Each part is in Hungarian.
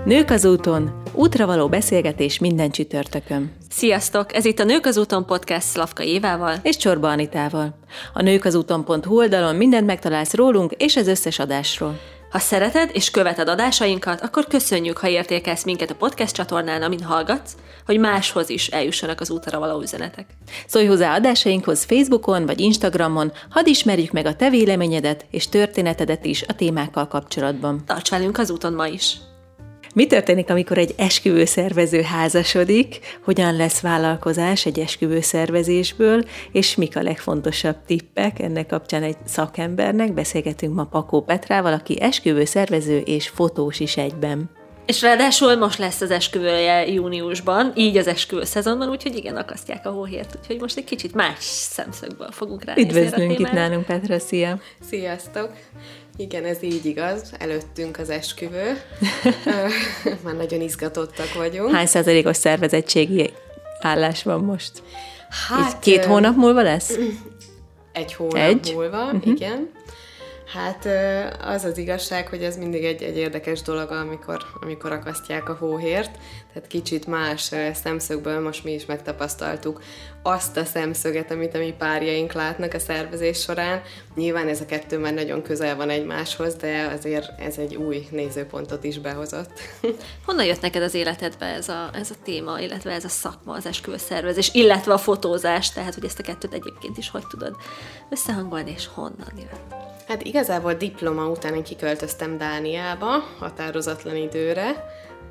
Nők az úton, útra való beszélgetés minden csütörtökön. Sziasztok! Ez itt a Nők az úton podcast Szlavka Évával és Csorba Anitával. A nőkazúton.hu oldalon mindent megtalálsz rólunk és az összes adásról. Ha szereted és követed adásainkat, akkor köszönjük, ha értékelsz minket a podcast csatornán, amin hallgatsz, hogy máshoz is eljussanak az útra való üzenetek. Szólj hozzá adásainkhoz Facebookon vagy Instagramon, hadd ismerjük meg a te véleményedet és történetedet is a témákkal kapcsolatban. Tarts velünk az úton ma is! Mi történik, amikor egy esküvőszervező házasodik? Hogyan lesz vállalkozás egy esküvőszervezésből? És mik a legfontosabb tippek? Ennek kapcsán egy szakembernek beszélgetünk ma Pakó Petrával, aki esküvőszervező és fotós is egyben. És ráadásul most lesz az esküvője júniusban, így az esküvő szezonban, úgyhogy igen, akasztják a hóhért, úgyhogy most egy kicsit más szemszögből fogunk ránézni. Üdvözlünk itt nálunk, Petra, szia! Sziasztok! Igen, ez így igaz. Előttünk az esküvő. Már nagyon izgatottak vagyunk. Hány százalékos szervezettségi állás van most? Hát, 2 hónap múlva lesz? 1 hónap múlva, igen. Hát az az igazság, hogy ez mindig egy érdekes dolog, amikor akasztják a hóhért, tehát kicsit más szemszögből most mi is megtapasztaltuk azt a szemszöget, amit a mi párjaink látnak a szervezés során. Nyilván ez a kettő már nagyon közel van egymáshoz, de azért ez egy új nézőpontot is behozott. Honnan jött neked az életedbe ez a téma, illetve ez a szakma, az esküvőszervezés, illetve a fotózás, tehát hogy ezt a kettőt egyébként is hogy tudod összehangolni, és honnan jött? Hát igazából diploma után én kiköltöztem Dániába határozatlan időre,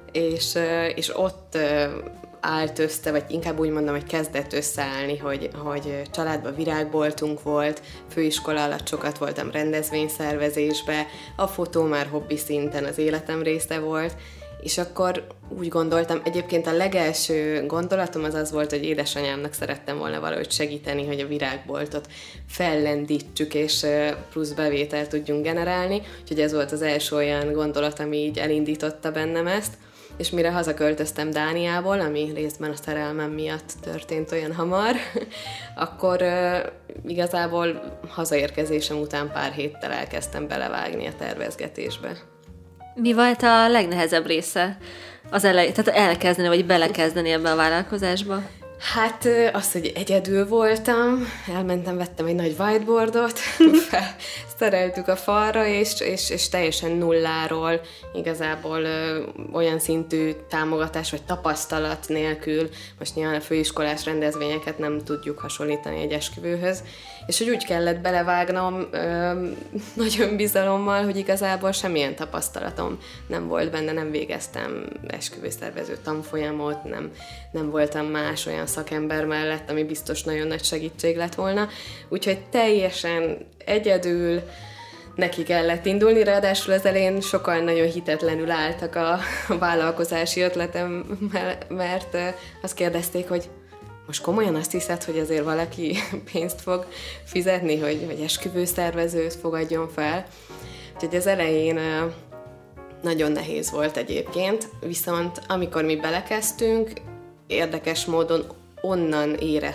és ott állt össze, vagy inkább úgy mondom, hogy kezdett összeállni, hogy családban virágboltunk volt, főiskola alatt sokat voltam rendezvényszervezésbe, a fotó már hobbi szinten az életem része volt, és akkor úgy gondoltam, egyébként a legelső gondolatom az volt, hogy édesanyámnak szerettem volna valahogy segíteni, hogy a virágboltot fellendítsük, és plusz bevételt tudjunk generálni, úgyhogy ez volt az első olyan gondolat, ami így elindította bennem ezt, és mire hazaköltöztem Dániából, ami részben a szerelmem miatt történt olyan hamar, akkor igazából hazaérkezésem után pár héttel elkezdtem belevágni a tervezgetésbe. Mi volt a legnehezebb része az elején, tehát elkezdeni, vagy belekezdeni ebbe a vállalkozásba? Hát az, hogy egyedül voltam, elmentem, vettem egy nagy whiteboardot, szereltük a falra, és teljesen nulláról igazából olyan szintű támogatás vagy tapasztalat nélkül, most nyilván a főiskolás rendezvényeket nem tudjuk hasonlítani egy esküvőhöz, és hogy úgy kellett belevágnom nagy önbizalommal, hogy igazából semmilyen tapasztalatom nem volt benne, nem végeztem esküvőszervező tanfolyamot, nem voltam más olyan szakember mellett, ami biztos nagyon nagy segítség lett volna. Úgyhogy teljesen egyedül neki kellett indulni, ráadásul az elején sokan nagyon hitetlenül álltak a vállalkozási ötletem, mert azt kérdezték, hogy most komolyan azt hiszed, hogy azért valaki pénzt fog fizetni, hogy esküvőszervezőt fogadjon fel. Úgyhogy az elején nagyon nehéz volt egyébként, viszont amikor mi belekezdtünk, érdekes módon onnan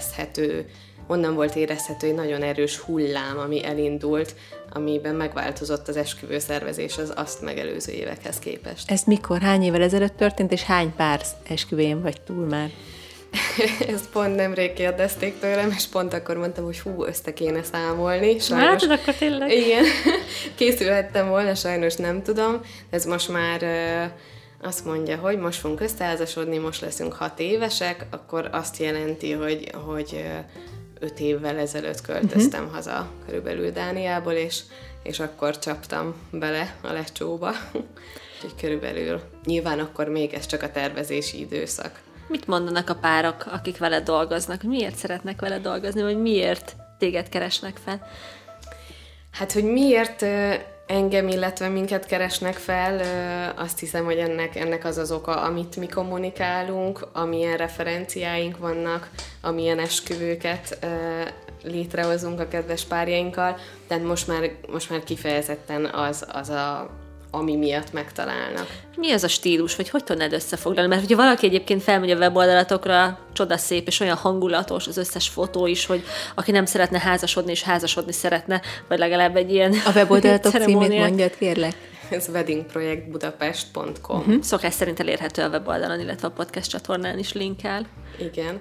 volt érezhető egy nagyon erős hullám, ami elindult, amiben megváltozott az esküvőszervezés az azt megelőző évekhez képest. Ez mikor, hány évvel ezelőtt történt, és hány pár esküvőjén vagy túl már? Ezt pont nemrég kérdezték tőlem, és pont akkor mondtam, hogy össze kéne számolni. Sajnos, hát, akkor tényleg. Igen, készülhettem volna, sajnos nem tudom. Ez most már azt mondja, hogy most fogunk összeházasodni, most leszünk 6 évesek, akkor azt jelenti, hogy 5 évvel ezelőtt költöztem haza körülbelül Dániából, és akkor csaptam bele a lecsóba. Úgyhogy körülbelül nyilván akkor még ez csak a tervezési időszak. Mit mondanak a párok, akik veled dolgoznak? Miért szeretnek veled dolgozni, vagy miért téged keresnek fel? Hát, hogy miért engem, illetve minket keresnek fel, azt hiszem, hogy ennek az az oka, amit mi kommunikálunk, amilyen referenciáink vannak, amilyen esküvőket létrehozunk a kedves párjainkkal, tehát most már kifejezetten az ami miatt megtalálnak. Mi az a stílus, vagy hogy tudnád összefoglalni? Mert hogyha valaki egyébként felmegy a weboldalatokra, csodaszép és olyan hangulatos az összes fotó is, hogy aki nem szeretne házasodni, és házasodni szeretne, vagy legalább egy ilyen a weboldalatok címét mondjad, kérlek. ez weddingprojektbudapest.com. Szokás szerint elérhető a weboldalon, illetve a podcast csatornán is linkel. Igen.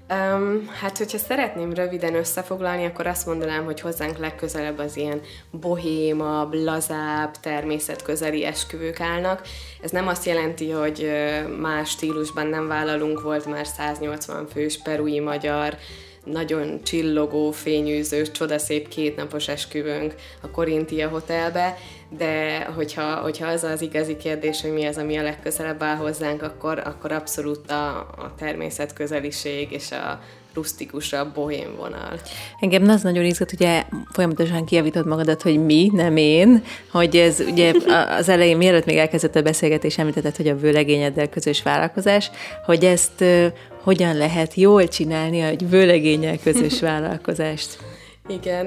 Hát, hogyha szeretném röviden összefoglalni, akkor azt mondanám, hogy hozzánk legközelebb az ilyen bohémabb, lazább, természetközeli esküvők állnak. Ez nem azt jelenti, hogy más stílusban nem vállalunk, volt már 180 fős perui magyar, nagyon csillogó, fényűző, csodaszép 2 napos esküvőnk a Korintia Hotelbe, de hogyha az az igazi kérdés, hogy mi az, ami a legközelebb áll hozzánk, akkor abszolút a természetközeliség és a rusztikusabb bohém vonal. Engem az nagyon izgat, ugye folyamatosan kijavítod magadat, hogy mi, nem én, hogy ez ugye az elején, mielőtt még elkezdett a beszélgetés, említetted, hogy a vőlegényeddel közös vállalkozás, hogy ezt hogyan lehet jól csinálni egy vőlegénnyel közös vállalkozást? Igen,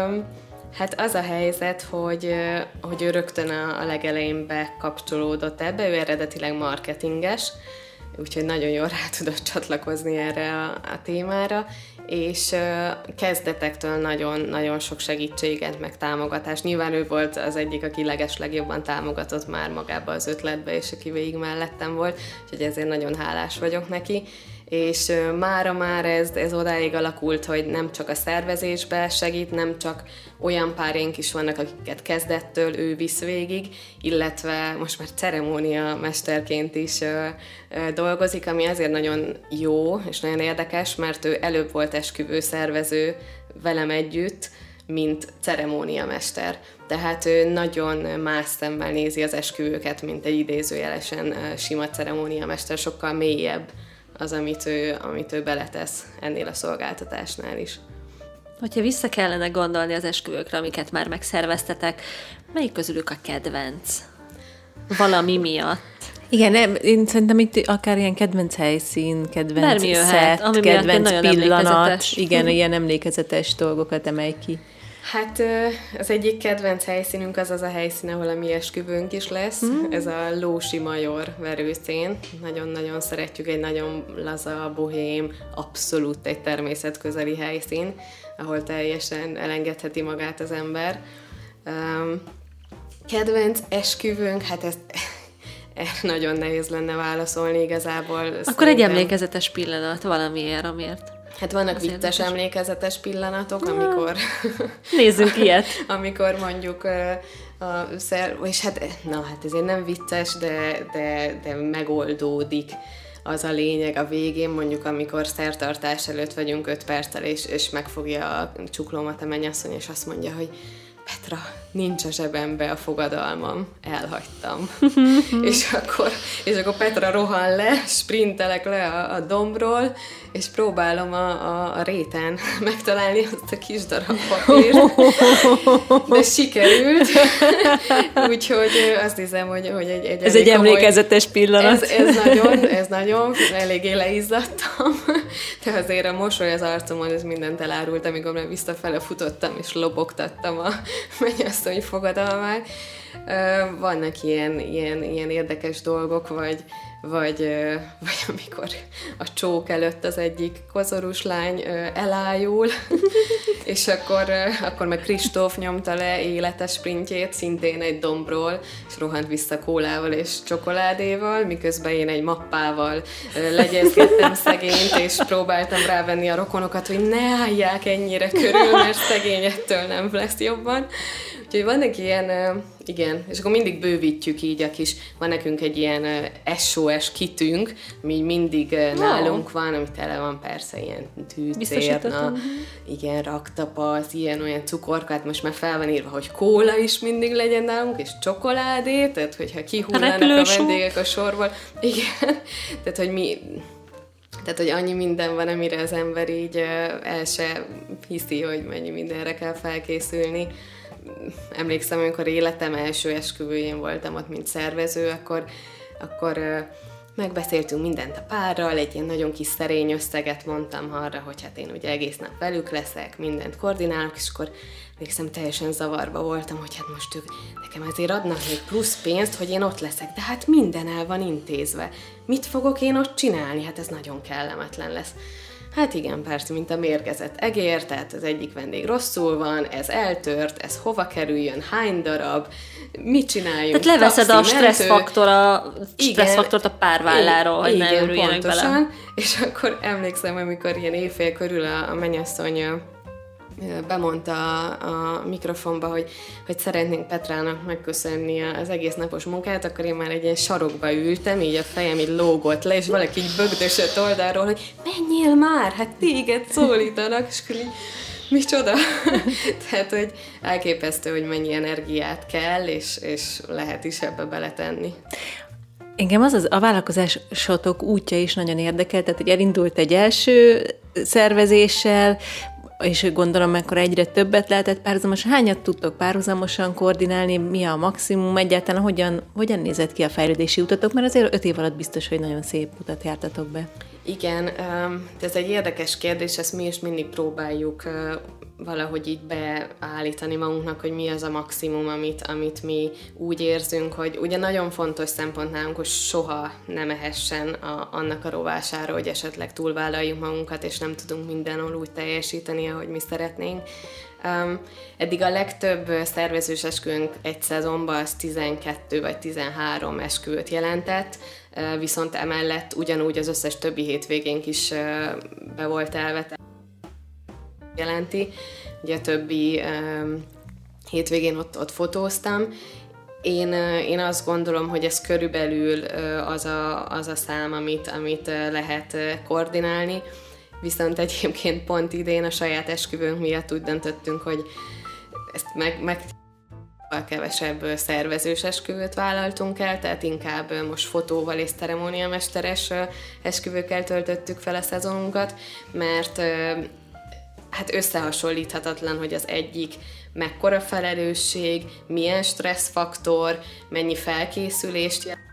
hát az a helyzet, hogy ő rögtön a legelején bekapcsolódott ebbe, ő eredetileg marketinges, úgyhogy nagyon jól rá tudott csatlakozni erre a témára, és kezdetektől nagyon-nagyon sok segítséget, meg támogatást. Nyilván ő volt az egyik, aki legjobban támogatott már magába az ötletbe, és aki végig mellettem volt, úgyhogy ezért nagyon hálás vagyok neki. És mára már ez odáig alakult, hogy nem csak a szervezésbe segít, nem csak olyan párjaink is vannak, akiket kezdettől ő visz végig, illetve most már ceremónia mesterként is dolgozik, ami azért nagyon jó és nagyon érdekes, mert ő előbb volt esküvőszervező velem együtt, mint ceremóniamester. Tehát ő nagyon más szemmel nézi az esküvőket, mint egy idézőjelesen sima ceremóniamester, sokkal mélyebb az, amit ő beletesz ennél a szolgáltatásnál is. Hogyha vissza kellene gondolni az esküvőkre, amiket már megszerveztetek, melyik közülük a kedvenc? Valami miatt. Igen, én szerintem itt akár ilyen kedvenc helyszín, kedvenc szett, kedvenc pillanat, igen, ilyen emlékezetes dolgokat emelj ki. Hát az egyik kedvenc helyszínünk az a helyszín, ahol a mi esküvőnk is lesz. Ez a Lósi Major verőszén. Nagyon-nagyon szeretjük, egy nagyon laza, bohém, abszolút egy természetközeli helyszín, ahol teljesen elengedheti magát az ember. Kedvenc esküvőnk, hát ezt nagyon nehéz lenne válaszolni igazából. Akkor szerintem egy emlékezetes pillanat valamiért, amiért. Hát vannak vittes emlékezetes pillanatok, amikor... Nézzünk ilyet! amikor mondjuk és hát ezért nem vicces, de megoldódik az a lényeg a végén, mondjuk amikor szertartás előtt vagyunk 5 perccel, és megfogja a csuklómat a mennyasszony, és azt mondja, hogy Petra, nincs a zsebembe a fogadalmam, elhagytam. és akkor Petra rohan le, sprintelek le a dombról, és próbálom a réten megtalálni azt a kis darab papírt, de sikerült. Úgyhogy azt hiszem, hogy egy ez egy emlékezetes pillanat. Ez nagyon, eléggé leizzadtam, de azért a mosoly az arcomon, ez mindent elárult, amikor már visszafele futottam, és lobogtattam a mennyasszony fogadalmát. Vannak ilyen érdekes dolgok, vagy amikor a csók előtt az egyik kozorús lány elájul, és akkor meg Kristóf nyomta le életes sprintjét, szintén egy dombról, és rohant vissza kólával és csokoládéval, miközben én egy mappával legyezgettem szegényt, és próbáltam rávenni a rokonokat, hogy ne állják ennyire körül, mert szegény ettől nem lesz jobban. Úgyhogy vannak ilyen, igen, és akkor mindig bővítjük így van nekünk egy ilyen SOS kitünk, ami mindig nálunk van, ami tele van persze ilyen tűcérna, igen, raktapasz, ilyen-olyan cukorkát, most már fel van írva, hogy kóla is mindig legyen nálunk, és csokoládé, tehát hogyha kihullanak a vendégek a sorból, igen, tehát, hogy annyi minden van, amire az ember így el se hiszi, hogy mennyi mindenre kell felkészülni. Emlékszem, amikor életem első esküvőjén voltam ott, mint szervező, akkor megbeszéltünk mindent a párral, egy ilyen nagyon kis szerény összeget mondtam arra, hogy hát én ugye egész nap velük leszek, mindent koordinálok, és akkor emlékszem, teljesen zavarba voltam, hogy hát most ők nekem azért adnak még plusz pénzt, hogy én ott leszek, de hát minden el van intézve. Mit fogok én ott csinálni? Hát ez nagyon kellemetlen lesz. Hát igen, persze, mint a mérgezett egér, tehát az egyik vendég rosszul van, ez eltört, ez hova kerüljön, hány darab, mit csináljunk, tehát leveszed a stresszfaktort a párválláról, hogy ne örüljenek pontosan, bele. És akkor emlékszem, amikor ilyen éjfél körül a mennyasszony bemondta a mikrofonba, hogy szeretnénk Petrának megköszönni az egész napos munkát, akkor én már egy ilyen sarokba ültem, így a fejem így lógott le, és valaki így bögdösött oldalról, hogy menjél már, hát téged szólítanak, és akkor így, micsoda? Tehát, hogy elképesztő, hogy mennyi energiát kell, és lehet is ebbe beletenni. Engem a vállalkozásotok útja is nagyon érdekel, tehát hogy elindult egy első szervezéssel, és gondolom, akkor egyre többet lehetett párhuzamosan. Hányat tudtok párhuzamosan koordinálni? Mi a maximum? Egyáltalán hogyan nézett ki a fejlődési utatok? Mert azért 5 év alatt biztos, hogy nagyon szép utat jártatok be. Igen, ez egy érdekes kérdés, ezt mi is mindig próbáljuk valahogy így beállítani magunknak, hogy mi az a maximum, amit mi úgy érzünk, hogy ugye nagyon fontos szempont nálunk, hogy soha nem ehessen annak a rovására, hogy esetleg túlvállaljuk magunkat, és nem tudunk mindenhol úgy teljesíteni, ahogy mi szeretnénk. Eddig a legtöbb szervezős esküvőnk egy szezonban az 12 vagy 13 esküvőt jelentett, viszont emellett ugyanúgy az összes többi hétvégénk is be volt elvetve jelenti. Ugye a többi hétvégén ott fotóztam. Én azt gondolom, hogy ez körülbelül az a szám, amit lehet koordinálni. Viszont egyébként pont idén a saját esküvőnk miatt úgy döntöttünk, hogy ezt kevesebb szervezős esküvőt vállaltunk el, tehát inkább most fotóval és ceremóniamesteres esküvőkkel töltöttük fel a szezonunkat, mert hát összehasonlíthatatlan, hogy az egyik mekkora felelősség, milyen stresszfaktor, mennyi felkészülést jelent.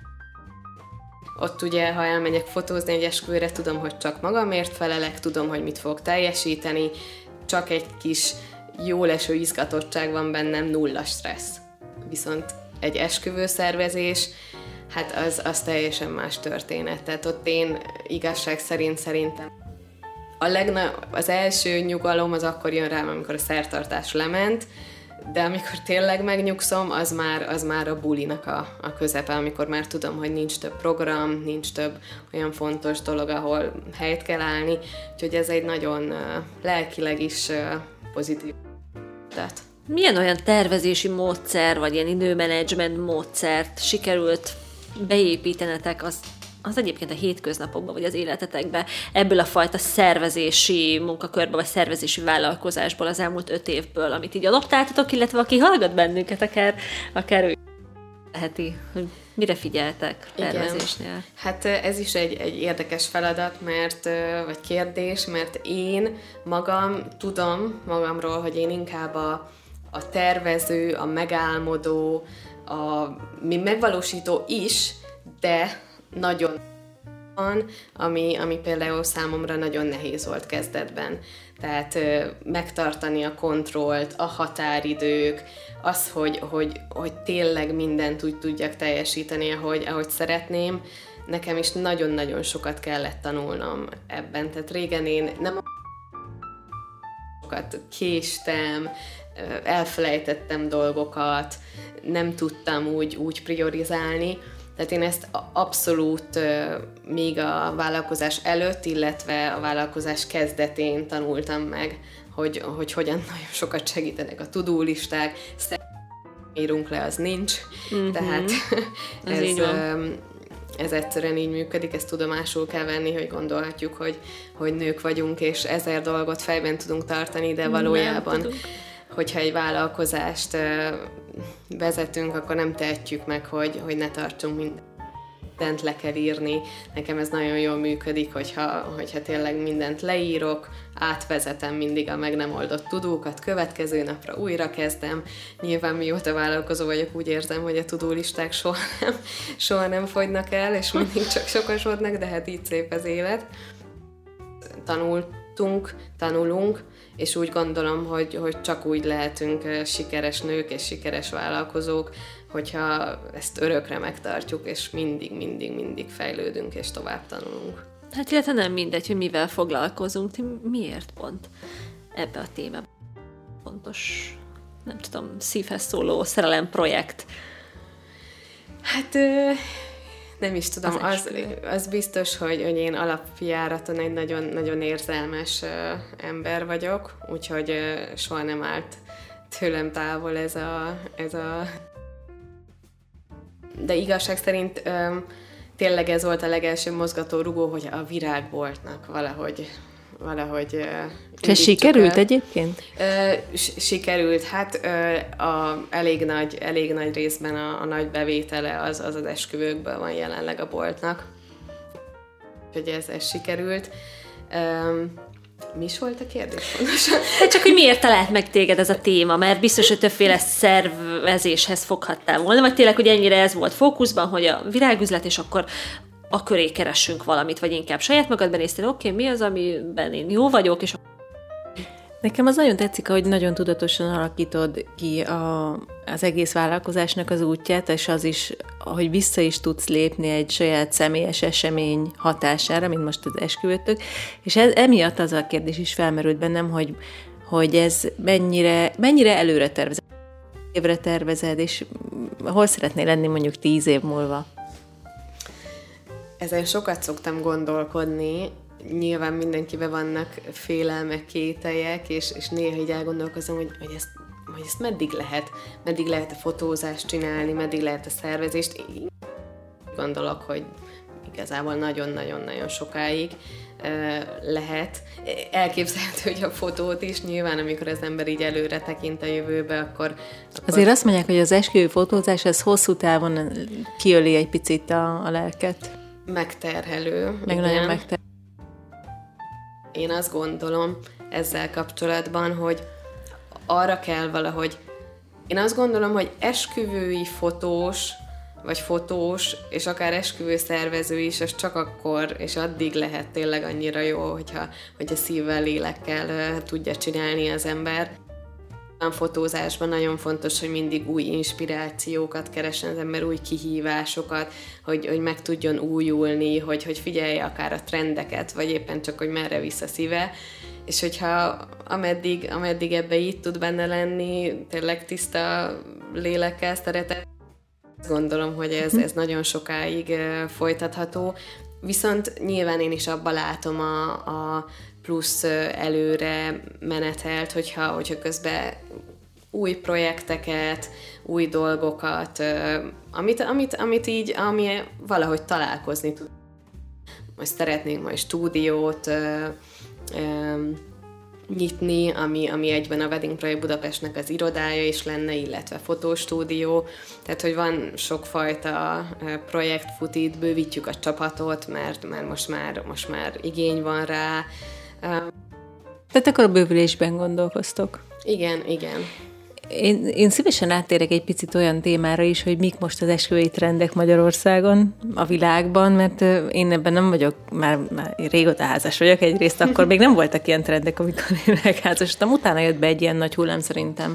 Ott ugye, ha elmegyek fotózni egy esküvőre, tudom, hogy csak magamért felelek, tudom, hogy mit fogok teljesíteni, csak egy kis jól eső izgatottság van bennem, nulla stressz. Viszont egy esküvőszervezés, hát az teljesen más történet. Tehát ott én igazság szerint szerintem az első nyugalom az akkor jön rám, amikor a szertartás lement, de amikor tényleg megnyugszom, az már a bulinak a közepe, amikor már tudom, hogy nincs több program, nincs több olyan fontos dolog, ahol helyt kell állni, úgyhogy ez egy nagyon lelkileg is pozitív. Tehát. Milyen olyan tervezési módszer, vagy ilyen időmenedzsment módszert sikerült beépítenetek az egyébként a hétköznapokban, vagy az életetekben ebből a fajta szervezési munkakörből, vagy szervezési vállalkozásból az elmúlt 5 évből, amit így adoptáltatok, illetve aki hallgat bennünket, akár ő leheti, hogy mire figyeltek tervezésnél? Igen. Hát ez is egy érdekes feladat, vagy kérdés, mert én magam tudom magamról, hogy én inkább a tervező, a megálmodó, mi megvalósító is, de nagyon van, ami például számomra nagyon nehéz volt kezdetben. Tehát megtartani a kontrollt, a határidők, az, hogy tényleg mindent úgy tudjak teljesíteni, ahogy szeretném. Nekem is nagyon-nagyon sokat kellett tanulnom ebben. Tehát régen én nem sokat késtem, elfelejtettem dolgokat, nem tudtam úgy priorizálni. Tehát én ezt abszolút még a vállalkozás előtt, illetve a vállalkozás kezdetén tanultam meg, hogy hogyan nagyon sokat segítenek a to-do listák, írunk le, az nincs. Tehát ez egyszerűen így működik, ezt tudomásul kell venni, hogy gondolhatjuk, hogy nők vagyunk, és 1000 dolgot fejben tudunk tartani, de valójában, hogyha egy vállalkozást vezetünk, akkor nem tehetjük meg, hogy ne tartsunk mindent le kell írni. Nekem ez nagyon jól működik, hogyha tényleg mindent leírok, átvezetem mindig a meg nem oldott tudókat, következő napra újra kezdem. Nyilván mióta vállalkozó vagyok, úgy érzem, hogy a tudólisták soha nem fogynak el, és mindig csak sokasodnak, de hát így szép az élet. Tanulunk, és úgy gondolom, hogy csak úgy lehetünk sikeres nők és sikeres vállalkozók, hogyha ezt örökre megtartjuk, és mindig fejlődünk és tovább tanulunk. Hát illetve nem mindegy, hogy mivel foglalkozunk, miért pont ebbe a témába fontos, nem tudom, szívhez szóló szerelem projekt. Hát nem is tudom, az biztos, hogy én alapjáraton egy nagyon, nagyon érzelmes ember vagyok, úgyhogy soha nem állt tőlem távol ez a... De igazság szerint tényleg ez volt a legelső mozgatórugó, hogy a virágboltnak valahogy és sikerült egyébként? Sikerült, hát elég nagy részben a nagy bevétele az esküvőkből van jelenleg a boltnak. Úgyhogy ez sikerült. Mi is volt a kérdés pontosan? Csak, hogy miért talált meg téged ez a téma, mert biztos, hogy többféle szervezéshez foghattál volna, vagy tényleg, hogy ennyire ez volt fókuszban, hogy a virágüzlet, és akkor a köré keressünk valamit, vagy inkább saját magadban néztél, oké, mi az, amiben én jó vagyok, és nekem az nagyon tetszik, hogy nagyon tudatosan alakítod ki az egész vállalkozásnak az útját, és az is, hogy vissza is tudsz lépni egy saját személyes esemény hatására, mint most az esküvőtök, és emiatt az a kérdés is felmerült bennem, hogy ez mennyire előre tervezed, évre tervezed, és hol szeretnél lenni mondjuk 10 év múlva? Ezen sokat szoktam gondolkodni, nyilván mindenkiben vannak félelmek, kételyek, és néha így elgondolkozom, hogy ezt meddig lehet a fotózást csinálni, meddig lehet a szervezést. Én gondolok, hogy igazából nagyon-nagyon-nagyon sokáig lehet. Elképzelhető, hogy a fotót is nyilván, amikor az ember így előre tekint a jövőbe, akkor... Azért azt mondják, hogy az esküvő fotózás, ez hosszú távon kiöli egy picit a lelket. Megterhelő. Meg igen. nagyon megterhelő. Én azt gondolom ezzel kapcsolatban, hogy arra kell valahogy... Én azt gondolom, hogy esküvői fotós, vagy fotós, és akár esküvőszervező is, az csak akkor, és addig lehet tényleg annyira jó, hogyha szívvel, lélekkel tudja csinálni az ember. A fotózásban nagyon fontos, hogy mindig új inspirációkat keresen az ember, új kihívásokat, hogy meg tudjon újulni, hogy figyelje akár a trendeket, vagy éppen csak, hogy merre visz a szíve. És hogyha ameddig ebbe így tud benne lenni, tényleg tiszta lélekkel, szeretet, gondolom, hogy ez nagyon sokáig folytatható. Viszont nyilván én is abba látom a plusz előre menetelt, hogyha közben új projekteket, új dolgokat, ami valahogy találkozni tud. Most szeretnénk majd stúdiót nyitni, ami egyben a Wedding Projekt Budapestnek az irodája is lenne, illetve fotostúdió. Tehát, hogy van sokfajta projekt fut itt, bővítjük a csapatot, mert most már igény van rá. Tehát akkor a bővülésben gondolkoztok. Igen. Én szívesen áttérek egy picit olyan témára is, hogy mik most az esküvői trendek Magyarországon, a világban, mert én ebben nem vagyok, már régóta házas vagyok egyrészt, akkor még nem voltak ilyen trendek, amikor én megházasodtam. Utána jött be egy ilyen nagy hullám szerintem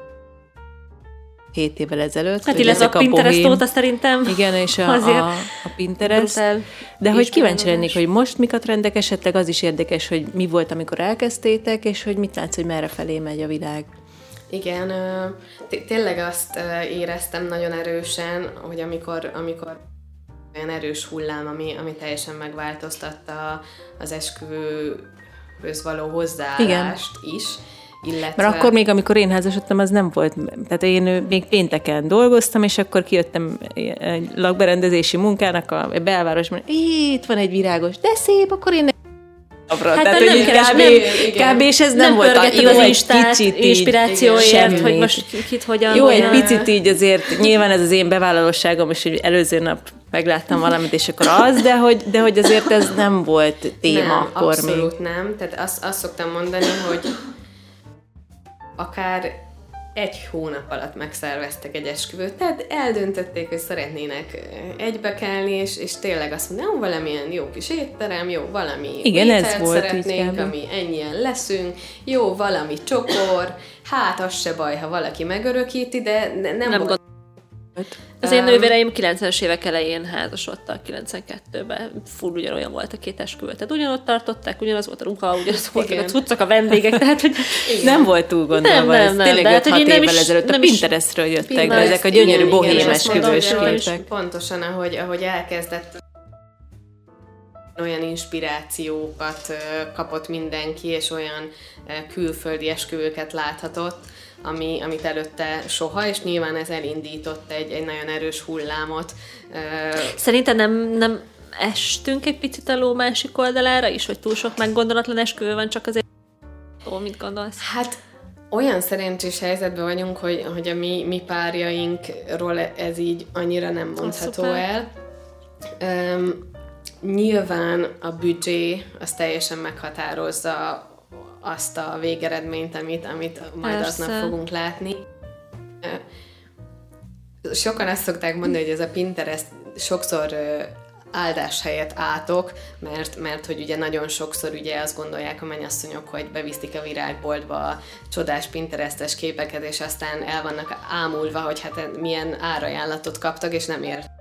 7 évvel ezelőtt. Hát illetve a Pinterest óta szerintem. Igen, és a Pinterest. De hogy kíváncsi lennék, hogy most mik a trendek, esetleg az is érdekes, hogy mi volt, amikor elkezdtétek, és hogy mit látsz, hogy merre felé megy a világ. Igen, tényleg azt éreztem nagyon erősen, hogy amikor olyan erős hullám, ami teljesen megváltoztatta az esküvőhöz való hozzáállást is. Illetve... Mert akkor még, amikor én házasodtam, az nem volt. Tehát én még pénteken dolgoztam, és akkor kijöttem egy lakberendezési munkának a belvárosban. Itt van egy virágos, de szép, akkor én Hát tehát, hogy kb. És ez nem volt jó, egy kicsit inspirációért, hogy most kit hogyan... Jó, egy picit így azért, nyilván ez az én bevállalóságom, és hogy előző nap megláttam valamit, és akkor az, de hogy azért ez nem volt téma nem, akkor abszolút még. Nem, tehát azt szoktam mondani, hogy akár 1 hónap alatt megszerveztek egy esküvőt, tehát eldöntötték, hogy szeretnének egybekelni, és tényleg azt mondom, valamilyen jó kis étterem, jó, valami ételt szeretnénk, ami ennyien leszünk, jó, valami csokor, hát az se baj, ha valaki megörökíti, de nem Az én nővéreim 90-es évek elején házasodtak, 92-ben full ugyanolyan volt a két esküvő. Tehát ugyanott tartották, ugyanaz volt a ruha, ugyanaz voltak a cuccok, a vendégek, tehát hogy nem volt túl gondolva, ez tényleg 5-6 évvel ezelőtt a Pinterestről jöttek be ezek a gyönyörű bohém esküvős képek. Pontosan, ahogy elkezdett olyan inspirációkat kapott mindenki, és olyan külföldi esküvőket láthatott, amit előtte soha, és nyilván ez elindított egy nagyon erős hullámot. Szerintem nem estünk egy picit a ló másik oldalára is, hogy túl sok meggondolatlan esküvő van, csak azért mit gondolsz? Hát olyan szerencsés helyzetben vagyunk, hogy a mi párjainkról ez így annyira nem mondható el. Nyilván a büdzsé az teljesen meghatározza azt a végeredményt, amit majd aznap fogunk látni. Sokan azt szokták mondani, hogy ez a Pinterest sokszor áldás helyett átok, mert hogy ugye nagyon sokszor ugye azt gondolják a mennyasszonyok, hogy bevisztik a virágboltba a csodás Pinterestes képeket, és aztán el vannak ámulva, hogy hát milyen árajánlatot kaptak, és nem ér.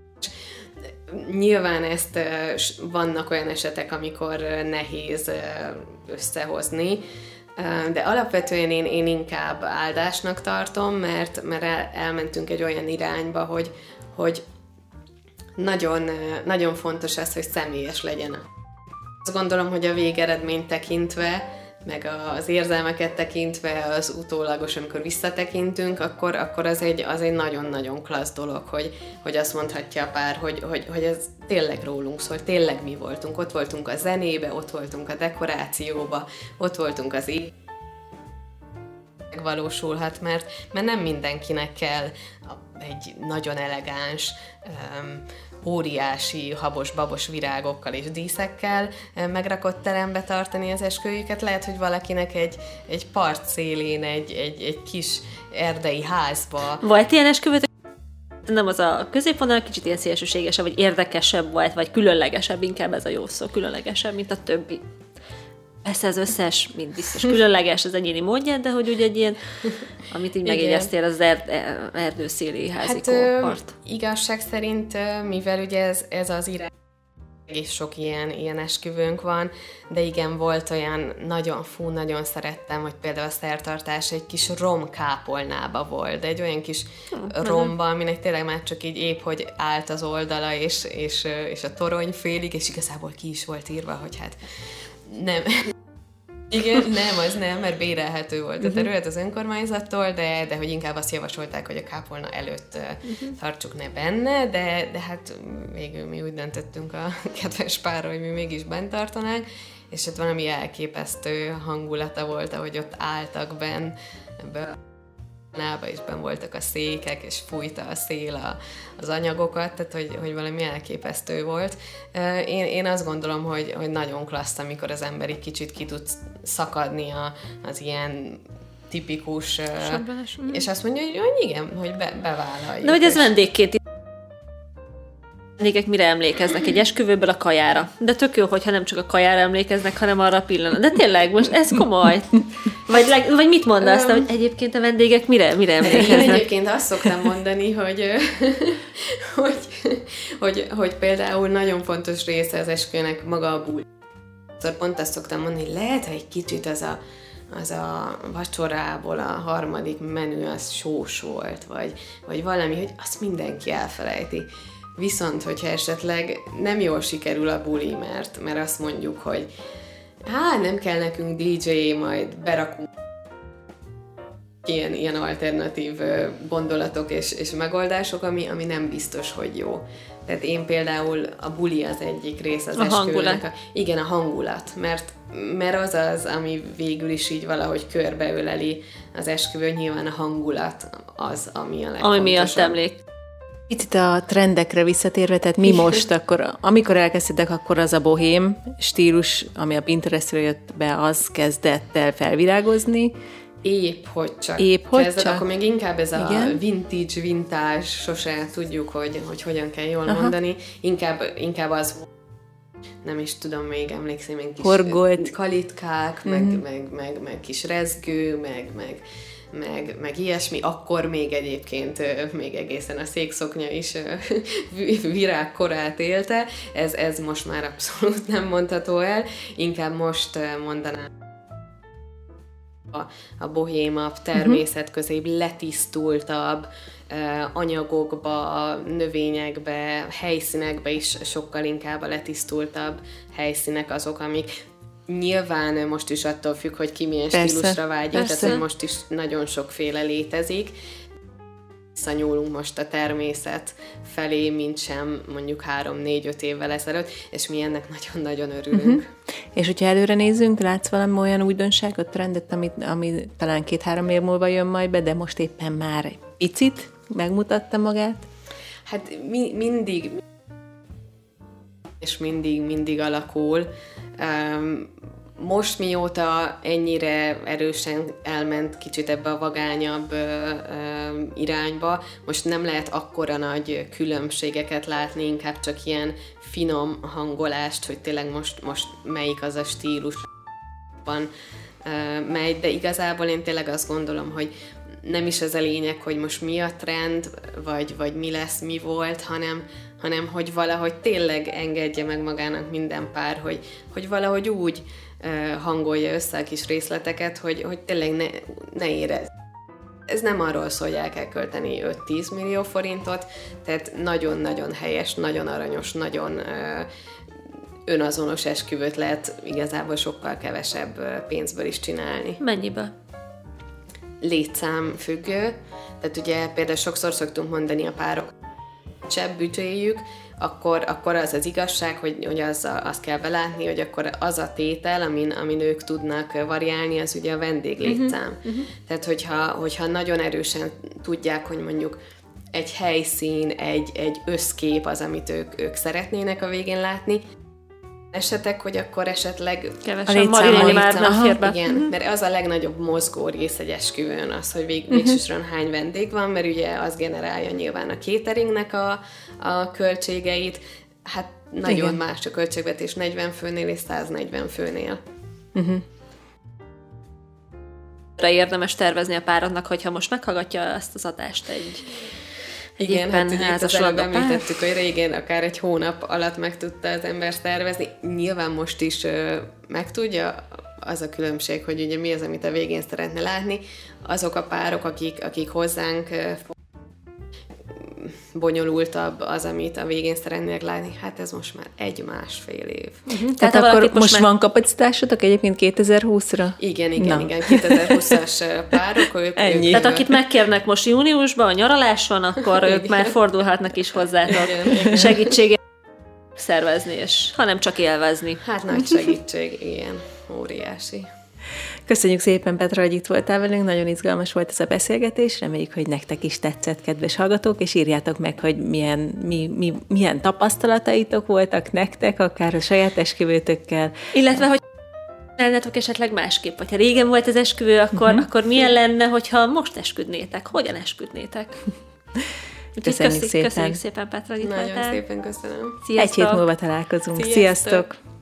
Nyilván ezt vannak olyan esetek, amikor nehéz összehozni, de alapvetően én inkább áldásnak tartom, mert elmentünk egy olyan irányba, hogy nagyon, nagyon fontos az, hogy személyes legyen. Azt gondolom, hogy a végeredményt tekintve, meg az érzelmeket tekintve, az utólagos, amikor visszatekintünk, akkor az egy nagyon-nagyon klassz dolog, hogy azt mondhatja a pár, hogy ez tényleg rólunk szól, tényleg mi voltunk. Ott voltunk a zenébe, ott voltunk a dekorációba, ott voltunk az megvalósulhat, mert nem mindenkinek kell egy nagyon elegáns, óriási, habos-babos virágokkal és díszekkel megrakott terembe tartani az esküvőjüket. Lehet, hogy valakinek egy part szélén, egy kis erdei házba. Volt ilyen esküvőt? Nem az a középvonal, kicsit ilyen szélsőségesebb, vagy érdekesebb volt, vagy különlegesebb, inkább ez a jó szó, különlegesebb, mint a többi. Persze az összes, mint biztos különleges az egyéni módján, de hogy ugye egy ilyen, amit így megjegyeztél, az erdőszéli házikó part. Igazság szerint, mivel ugye ez az irány, és sok ilyen esküvőnk van, de igen, volt olyan nagyon szerettem, hogy például a szertartás egy kis romkápolnába volt, de egy olyan kis romba, aminek tényleg már csak így épp, hogy állt az oldala, és a torony félig, és igazából ki is volt írva, hogy hát nem. Igen, nem, mert bérelhető volt a terület az önkormányzattól, de hogy inkább azt javasolták, hogy a kápolna előtt tartsuk ne benne, de hát végül mi úgy döntöttünk a kedves párra, hogy mi mégis bent tartanánk, és hát valami elképesztő hangulata volt, ahogy ott álltak benn ebbe és benn voltak a székek, és fújta a szél az anyagokat, tehát hogy valami elképesztő volt. Én azt gondolom, hogy nagyon klassz, amikor az ember egy kicsit ki tud szakadni az ilyen tipikus, és azt mondja, hogy igen, hogy bevállaljuk. De hogy ez vendégként vendégek mire emlékeznek? Egy esküvőből a kajára. De tök jó, hogyha nem csak a kajára emlékeznek, hanem arra a pillanat. De tényleg, most ez komoly. Vagy mit mondasz, hogy egyébként a vendégek mire emlékeznek? Én egyébként azt szoktam mondani, hogy például nagyon fontos része az esküvőnek maga a buli. Pont azt szoktam mondani, hogy lehet, hogy egy kicsit az a vacsorából a harmadik menü az sós volt, vagy valami, hogy azt mindenki elfelejti. Viszont, hogyha esetleg nem jól sikerül a buli, mert azt mondjuk, hogy nem kell nekünk DJ, majd berakunk ilyen alternatív gondolatok és megoldások, ami nem biztos, hogy jó. Tehát én például a buli az egyik rész az esküvőnek. Igen, a hangulat, mert az, ami végül is így valahogy körbeöleli az esküvő, nyilván a hangulat az, ami a legfontosabb. Ami miatt emlék. Itt a trendekre visszatérve, tehát mi most akkor, amikor elkezdtek, akkor az a bohém stílus, ami a Pinterestről jött be, az kezdett el felvirágozni. Épp hogy kezdett, akkor még inkább ez a vintage, sose tudjuk, hogy hogyan kell jól mondani, inkább az, nem is tudom, még emlékszem, még kis horgolt kalitkák, meg kis rezgő, meg meg ilyesmi, akkor még egyébként még egészen a székszoknya is virágkorát élte, ez most már abszolút nem mondható el, inkább most mondanám a bohémabb, természetközébb, letisztultabb anyagokba, növényekbe, helyszínekbe is sokkal inkább a letisztultabb helyszínek azok, amik nyilván most is attól függ, hogy ki milyen stílusra vágyik, tehát hogy most is nagyon sokféle létezik. Visszanyúlunk most a természet felé, mint sem mondjuk 3-4-5 évvel ezelőtt, és mi ennek nagyon-nagyon örülünk. És hogyha előre nézzünk, látsz valami olyan újdonságot, trendet, ami talán 2-3 év múlva jön majd be, de most éppen már picit megmutatta magát? Hát mindig és mindig alakul. Most mióta ennyire erősen elment kicsit ebbe a vagányabb irányba, most nem lehet akkora nagy különbségeket látni, inkább csak ilyen finom hangolást, hogy tényleg most melyik az a stílusban megy, de igazából én tényleg azt gondolom, hogy nem is ez a lényeg, hogy most mi a trend, vagy mi lesz, mi volt, hanem hogy valahogy tényleg engedje meg magának minden pár, hogy valahogy úgy hangolja össze a kis részleteket, hogy tényleg ne érez. Ez nem arról szól, hogy el kell költeni 5-10 millió forintot, tehát nagyon-nagyon helyes, nagyon aranyos, nagyon önazonos esküvőt lehet igazából sokkal kevesebb pénzből is csinálni. Mennyiből? Létszám függő, tehát ugye például sokszor szoktunk mondani a párok, sebb büdzséjük, akkor az igazság, hogy azt kell belátni, hogy akkor az a tétel, amin ők tudnak variálni, az ugye a vendéglétszám. Tehát hogyha nagyon erősen tudják, hogy mondjuk egy helyszín, egy összkép az, amit ők szeretnének a végén látni, esetek, hogy akkor esetleg kevesen marilni már nem fér be. Igen, mert az a legnagyobb mozgó rész egy esküvőn az, hogy végsősorban hány vendég van, mert ugye az generálja nyilván a cateringnek a költségeit. Hát nagyon más a költségvetés 40 főnél és 140 főnél. Érdemes tervezni a párodnak, hogyha most meghallgatja ezt az adást igen, hát ugye itt az előbb említettük, hogy régen akár egy hónap alatt meg tudta az ember szervezni. Nyilván most is meg tudja, az a különbség, hogy ugye mi az, amit a végén szeretne látni. Azok a párok, akik hozzánk bonyolultabb az, amit a végén szeretnének látni, hát ez most már 1-1,5 év. Tehát akkor most van kapacitásotok egyébként 2020-ra? Igen, 2020-as párok. Ennyi. Tehát akit megkérnek most júniusban, a nyaralás van, akkor ők már fordulhatnak is hozzátok segítséget szervezni, és hanem csak élvezni. Hát nagy segítség, igen, óriási. Köszönjük szépen, Petra, hogy itt voltál velünk, nagyon izgalmas volt ez a beszélgetés, reméljük, hogy nektek is tetszett, kedves hallgatók, és írjátok meg, hogy milyen tapasztalataitok voltak nektek, akár a saját esküvőtökkel. Illetve, hogy lennetek esetleg másképp, vagy ha régen volt az esküvő, akkor milyen lenne, hogyha most esküdnétek, hogyan esküdnétek? Köszönjük szépen. Köszönjük szépen, Petra, hogy itt voltál. Nagyon szépen köszönöm. Sziasztok. 1 hét múlva találkozunk. Sziasztok!